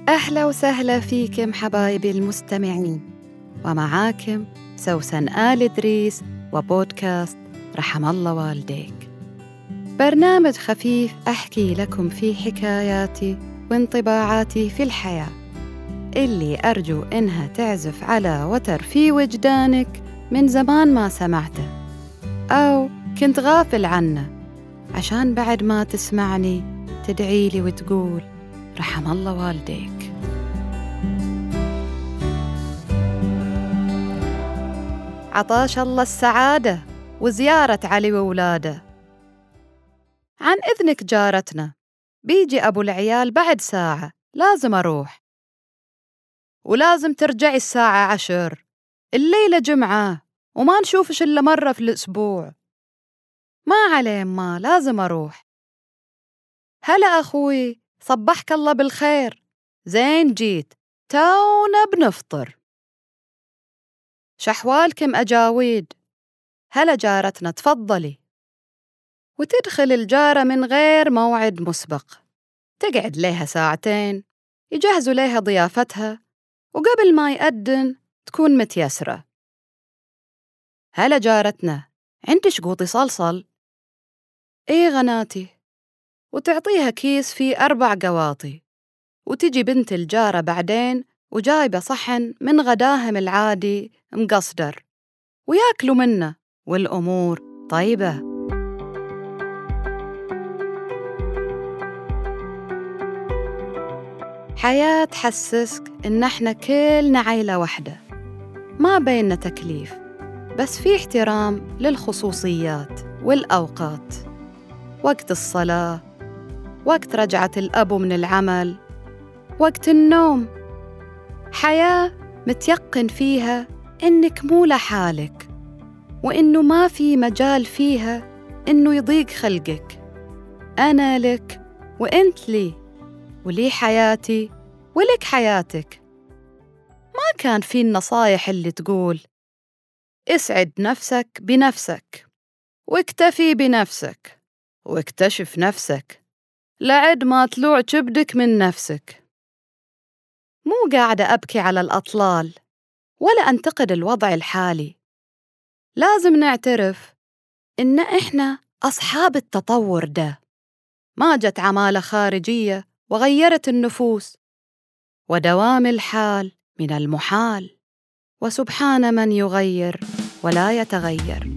أهلا وسهلا فيكم حبايبي المستمعين، ومعاكم سوسن آل إدريس وبودكاست رحم الله والديك، برنامج خفيف أحكي لكم فيه حكاياتي وانطباعاتي في الحياة اللي أرجو إنها تعزف على وتر في وجدانك من زمان ما سمعته أو كنت غافل عنه، عشان بعد ما تسمعني تدعيلي وتقول رحم الله والديك. عطاش الله السعادة وزيارة علي وولاده. عن إذنك جارتنا، بيجي أبو العيال بعد ساعة، لازم أروح، ولازم ترجعي الساعة 10، الليلة جمعة وما نشوفش إلا مرة في الأسبوع. ما عليه ما لازم أروح. هلا أخوي، صبحك الله بالخير، زين جيت، تونا بنفطر. شحوالكم أجاويد؟ هلا جارتنا، تفضلي. وتدخل الجارة من غير موعد مسبق، تقعد ليها ساعتين يجهزوا ليها ضيافتها، وقبل ما يأذن تكون متيسرة. هلا جارتنا، عندك قوطي صلصل؟ إيه غناتي. وتعطيها كيس فيه 4 قواطي، وتجي بنت الجارة بعدين وجايبة صحن من غداهم العادي مقصدر، وياكلوا منه والأمور طيبة. حياة تحسسك إن احنا كلنا عيلة واحدة، ما بيننا تكليف، بس في احترام للخصوصيات والأوقات، وقت الصلاة، وقت رجعة الأب من العمل، وقت النوم. حياة متيقن فيها إنك مو لحالك، وإنه ما في مجال فيها إنه يضيق خلقك. أنا لك وإنت لي، ولي حياتي ولك حياتك. ما كان في النصايح اللي تقول اسعد نفسك بنفسك، واكتفي بنفسك، واكتشف نفسك لعد ما طلوع كبدك من نفسك. مو قاعدة أبكي على الأطلال ولا أنتقد الوضع الحالي، لازم نعترف إن إحنا أصحاب التطور ده. ما جت عمالة خارجية وغيرت النفوس، ودوام الحال من المحال، وسبحان من يغير ولا يتغير.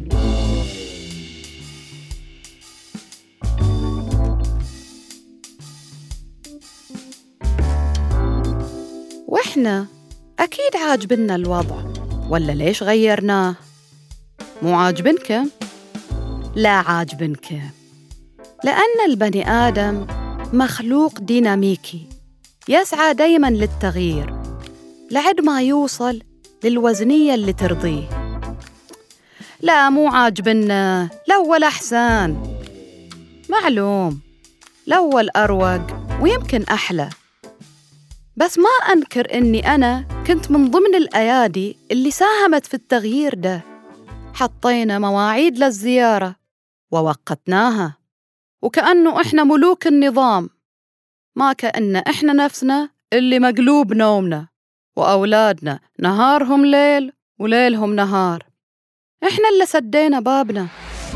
وإحنا أكيد عاجبنا الوضع، ولا ليش غيرناه؟ مو عاجبنكم؟ لا عاجبنكم، لأن البني آدم مخلوق ديناميكي يسعى دايماً للتغيير لعد ما يوصل للوزنية اللي ترضيه. لا مو عاجبنا، الأول أحسن. معلوم الأول أروق ويمكن أحلى، بس ما أنكر إني أنا كنت من ضمن الأيادي اللي ساهمت في التغيير ده. حطينا مواعيد للزيارة ووقتناها، وكأنه إحنا ملوك النظام، ما كأن إحنا نفسنا اللي مقلوب نومنا، وأولادنا نهارهم ليل وليلهم نهار. إحنا اللي سدينا بابنا.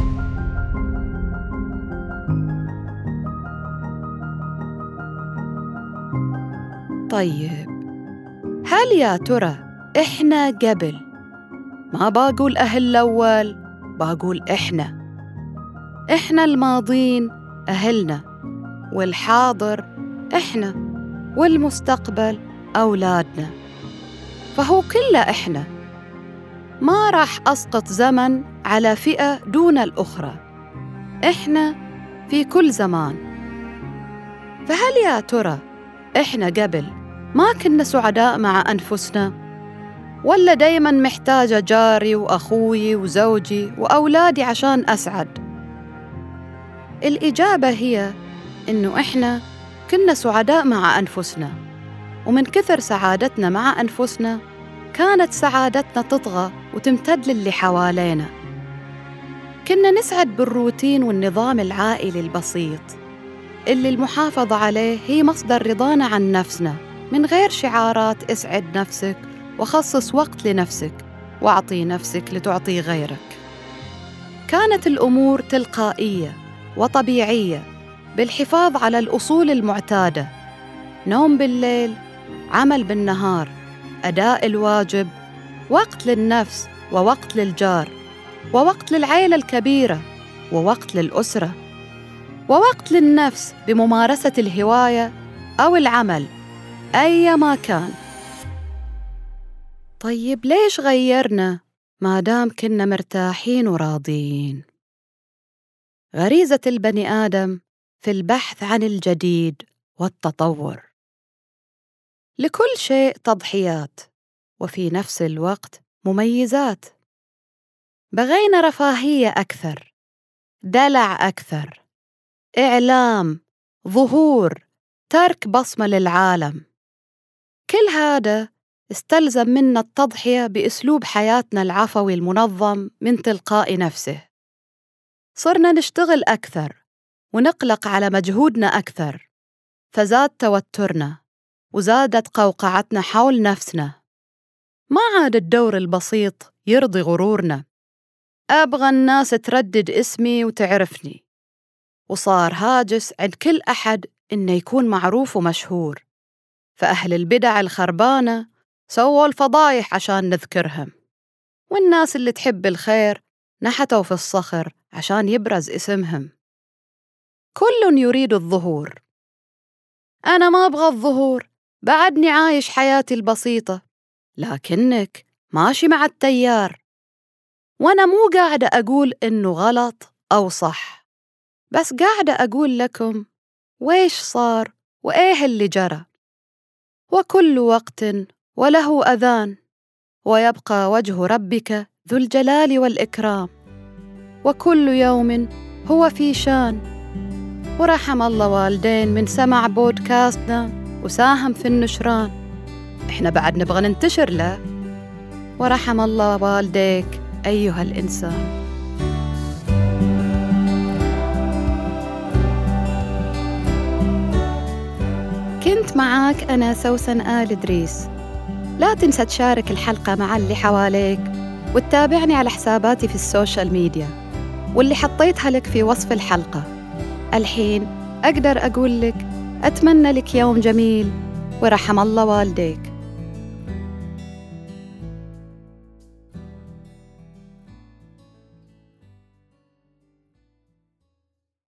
طيب، هل يا ترى إحنا قبل؟ ما بقول أهل الأول، بقول إحنا الماضين أهلنا، والحاضر إحنا، والمستقبل أولادنا، فهو كله إحنا. ما راح أسقط زمن على فئة دون الأخرى، إحنا في كل زمان. فهل يا ترى إحنا قبل ما كنا سعداء مع أنفسنا، ولا دايماً محتاجة جاري وأخوي وزوجي وأولادي عشان أسعد؟ الإجابة هي إنه إحنا كنا سعداء مع أنفسنا، ومن كثر سعادتنا مع أنفسنا كانت سعادتنا تطغى وتمتد للي حوالينا. كنا نسعد بالروتين والنظام العائلي البسيط اللي المحافظة عليه هي مصدر رضانا عن نفسنا من غير شعارات اسعد نفسك وخصص وقت لنفسك واعطي نفسك لتعطي غيرك. كانت الأمور تلقائية وطبيعية بالحفاظ على الأصول المعتادة: نوم بالليل، عمل بالنهار، أداء الواجب، وقت للنفس ووقت للجار، ووقت للعائلة الكبيرة، ووقت للأسرة، ووقت للنفس بممارسة الهواية أو العمل أيما كان. طيب ليش غيرنا ما دام كنا مرتاحين وراضين؟ غريزة البني آدم في البحث عن الجديد والتطور. لكل شيء تضحيات، وفي نفس الوقت مميزات. بغينا رفاهية أكثر، دلع أكثر، إعلام، ظهور، ترك بصمة للعالم. كل هذا استلزم منا التضحية بأسلوب حياتنا العفوي المنظم من تلقاء نفسه. صرنا نشتغل أكثر ونقلق على مجهودنا أكثر، فزاد توترنا وزادت قوقعتنا حول نفسنا. ما عاد الدور البسيط يرضي غرورنا. أبغى الناس تردد اسمي وتعرفني، وصار هاجس عند كل أحد إنه يكون معروف ومشهور. فأهل البدع الخربانة سووا الفضايح عشان نذكرهم، والناس اللي تحب الخير نحتوا في الصخر عشان يبرز اسمهم. كل يريد الظهور. أنا ما أبغى الظهور، بعدني عايش حياتي البسيطة. لكنك ماشي مع التيار، وأنا مو قاعدة أقول إنه غلط أو صح، بس قاعدة أقول لكم ويش صار وإيه اللي جرى. وكل وقت وله أذان، ويبقى وجه ربك ذو الجلال والإكرام، وكل يوم هو في شان. ورحم الله والدين من سمع بودكاستنا وساهم في النشران. إحنا بعد نبغى ننتشر له. ورحم الله والديك أيها الإنسان. كنت معاك أنا سوسن آل إدريس. لا تنسى تشارك الحلقة مع اللي حواليك، وتتابعني على حساباتي في السوشيال ميديا واللي حطيتها لك في وصف الحلقة. الحين أقدر أقول لك أتمنى لك يوم جميل، ورحم الله والديك.